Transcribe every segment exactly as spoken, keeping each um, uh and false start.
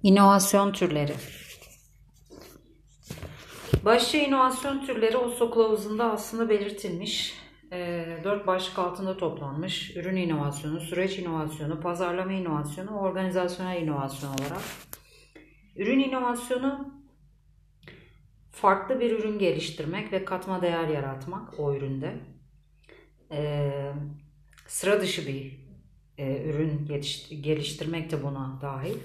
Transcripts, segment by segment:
İnovasyon türleri. Başlıca inovasyon türleri Oslo Kılavuzu'nda aslında belirtilmiş. E, dört başlık altında toplanmış. Ürün inovasyonu, süreç inovasyonu, pazarlama inovasyonu, organizasyonel inovasyon olarak. Ürün inovasyonu farklı bir ürün geliştirmek ve katma değer yaratmak o üründe. E, sıra dışı bir e, ürün geliştirmek de buna dahil.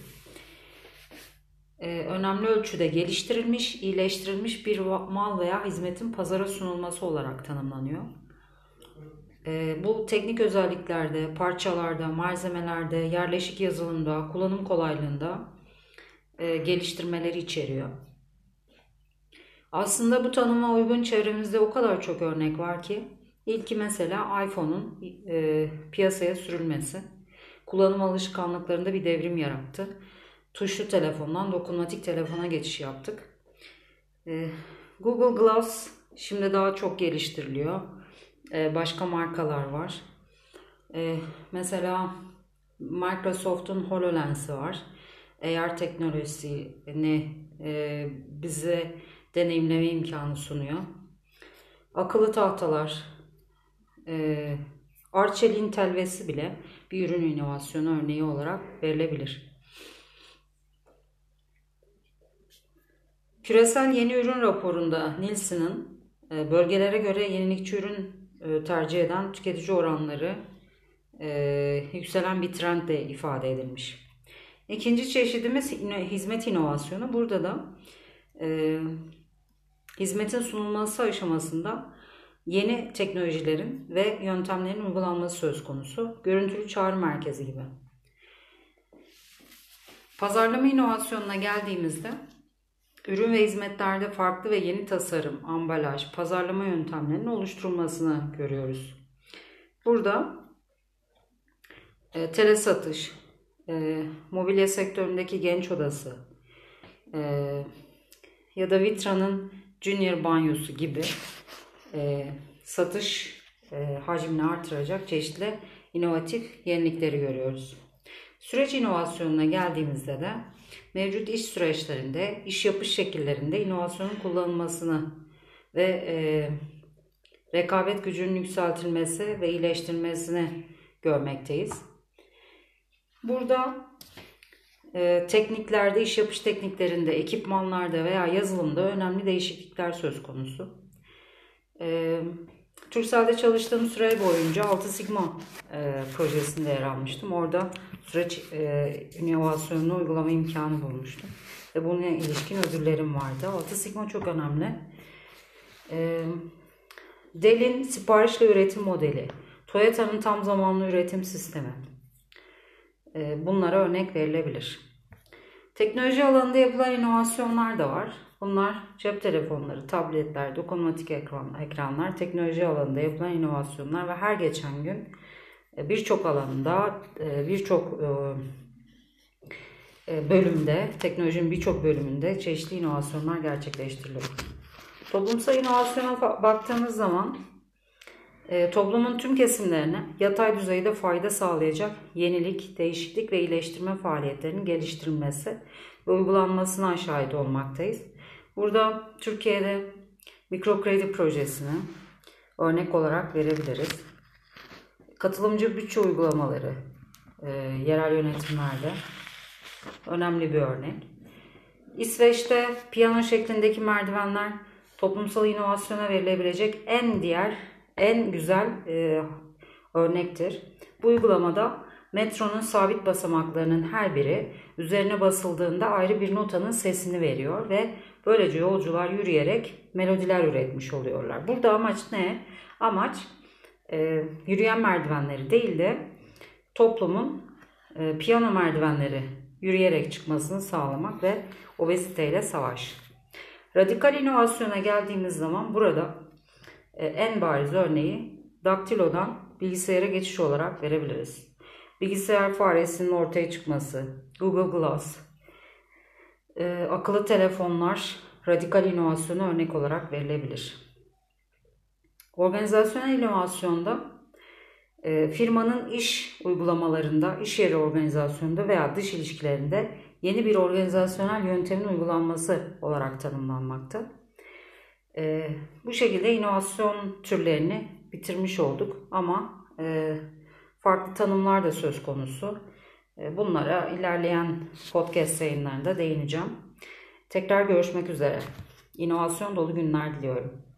Ee, önemli ölçüde geliştirilmiş, iyileştirilmiş bir mal veya hizmetin pazara sunulması olarak tanımlanıyor. Ee, bu teknik özelliklerde, parçalarda, malzemelerde, yerleşik yazılımda, kullanım kolaylığında e, geliştirmeleri içeriyor. Aslında bu tanıma uygun çevremizde o kadar çok örnek var ki, ilki mesela iPhone'un e, piyasaya sürülmesi, kullanım alışkanlıklarında bir devrim yarattı. Tuşlu telefondan dokunmatik telefona geçiş yaptık. Ee, Google Glass şimdi daha çok geliştiriliyor. Ee, başka markalar var. Ee, mesela Microsoft'un HoloLens'i var. A R teknolojisini e, bize deneyimleme imkanı sunuyor. Akıllı tahtalar, e, Arçelik'in telvesi bile bir ürün inovasyonu örneği olarak verilebilir. Küresel Yeni Ürün raporunda Nielsen'ın bölgelere göre yenilikçi ürün tercih eden tüketici oranları yükselen bir trendle ifade edilmiş. İkinci çeşidimiz hizmet inovasyonu. Burada da e, hizmetin sunulması aşamasında yeni teknolojilerin ve yöntemlerin uygulanması söz konusu. Görüntülü çağrı merkezi gibi. Pazarlama inovasyonuna geldiğimizde ürün ve hizmetlerde farklı ve yeni tasarım, ambalaj, pazarlama yöntemlerinin oluşturulmasını görüyoruz. Burada e, telesatış, e, mobilya sektöründeki genç odası e, ya da Vitra'nın Junior banyosu gibi e, satış e, hacmini artıracak çeşitli inovatif yenilikleri görüyoruz. Süreç inovasyonuna geldiğimizde de mevcut iş süreçlerinde, iş yapış şekillerinde inovasyonun kullanılmasını ve e, rekabet gücünün yükseltilmesi ve iyileştirilmesini görmekteyiz. Burada e, tekniklerde, iş yapış tekniklerinde, ekipmanlarda veya yazılımda önemli değişiklikler söz konusu. E, Turkcell'de çalıştığım süre boyunca Altı Sigma e, projesinde yer almıştım. Orada süreç e, inovasyonunu uygulama imkanı bulmuştum. Ve bununla ilişkin ödüllerim vardı. Altı Sigma çok önemli. E, Dell'in siparişle üretim modeli, Toyota'nın tam zamanlı üretim sistemi. E, bunlara örnek verilebilir. Teknoloji alanında yapılan inovasyonlar da var. Bunlar cep telefonları, tabletler, dokunmatik ekran, ekranlar, teknoloji alanında yapılan inovasyonlar ve her geçen gün birçok alanda, birçok bölümde, teknolojinin birçok bölümünde çeşitli inovasyonlar gerçekleştiriliyor. Toplumsal inovasyona baktığımız zaman toplumun tüm kesimlerine yatay düzeyde fayda sağlayacak yenilik, değişiklik ve iyileştirme faaliyetlerinin geliştirilmesi ve uygulanmasına şahit olmaktayız. Burada Türkiye'de mikrokredi projesini örnek olarak verebiliriz. Katılımcı bütçe uygulamaları e, yerel yönetimlerde önemli bir örnek. İsveç'te piyano şeklindeki merdivenler toplumsal inovasyona verilebilecek en diğer, en güzel e, örnektir. Bu uygulamada metronun sabit basamaklarının her biri üzerine basıldığında ayrı bir notanın sesini veriyor ve böylece yolcular yürüyerek melodiler üretmiş oluyorlar. Burada amaç ne? Amaç e, yürüyen merdivenleri değil de toplumun e, piyano merdivenleri yürüyerek çıkmasını sağlamak ve obeziteyle savaş. Radikal inovasyona geldiğimiz zaman burada e, en bariz örneği daktilodan bilgisayara geçiş olarak verebiliriz. Bilgisayar faresinin ortaya çıkması, Google Glass, e, akıllı telefonlar radikal inovasyona örnek olarak verilebilir. Organizasyonel inovasyonda E, firmanın iş uygulamalarında, iş yeri organizasyonunda veya dış ilişkilerinde yeni bir organizasyonel yöntemin uygulanması olarak tanımlanmakta. E, bu şekilde inovasyon türlerini bitirmiş olduk ama e, farklı tanımlar da söz konusu. E, bunlara ilerleyen podcast yayınlarında değineceğim. Tekrar görüşmek üzere. İnovasyon dolu günler diliyorum.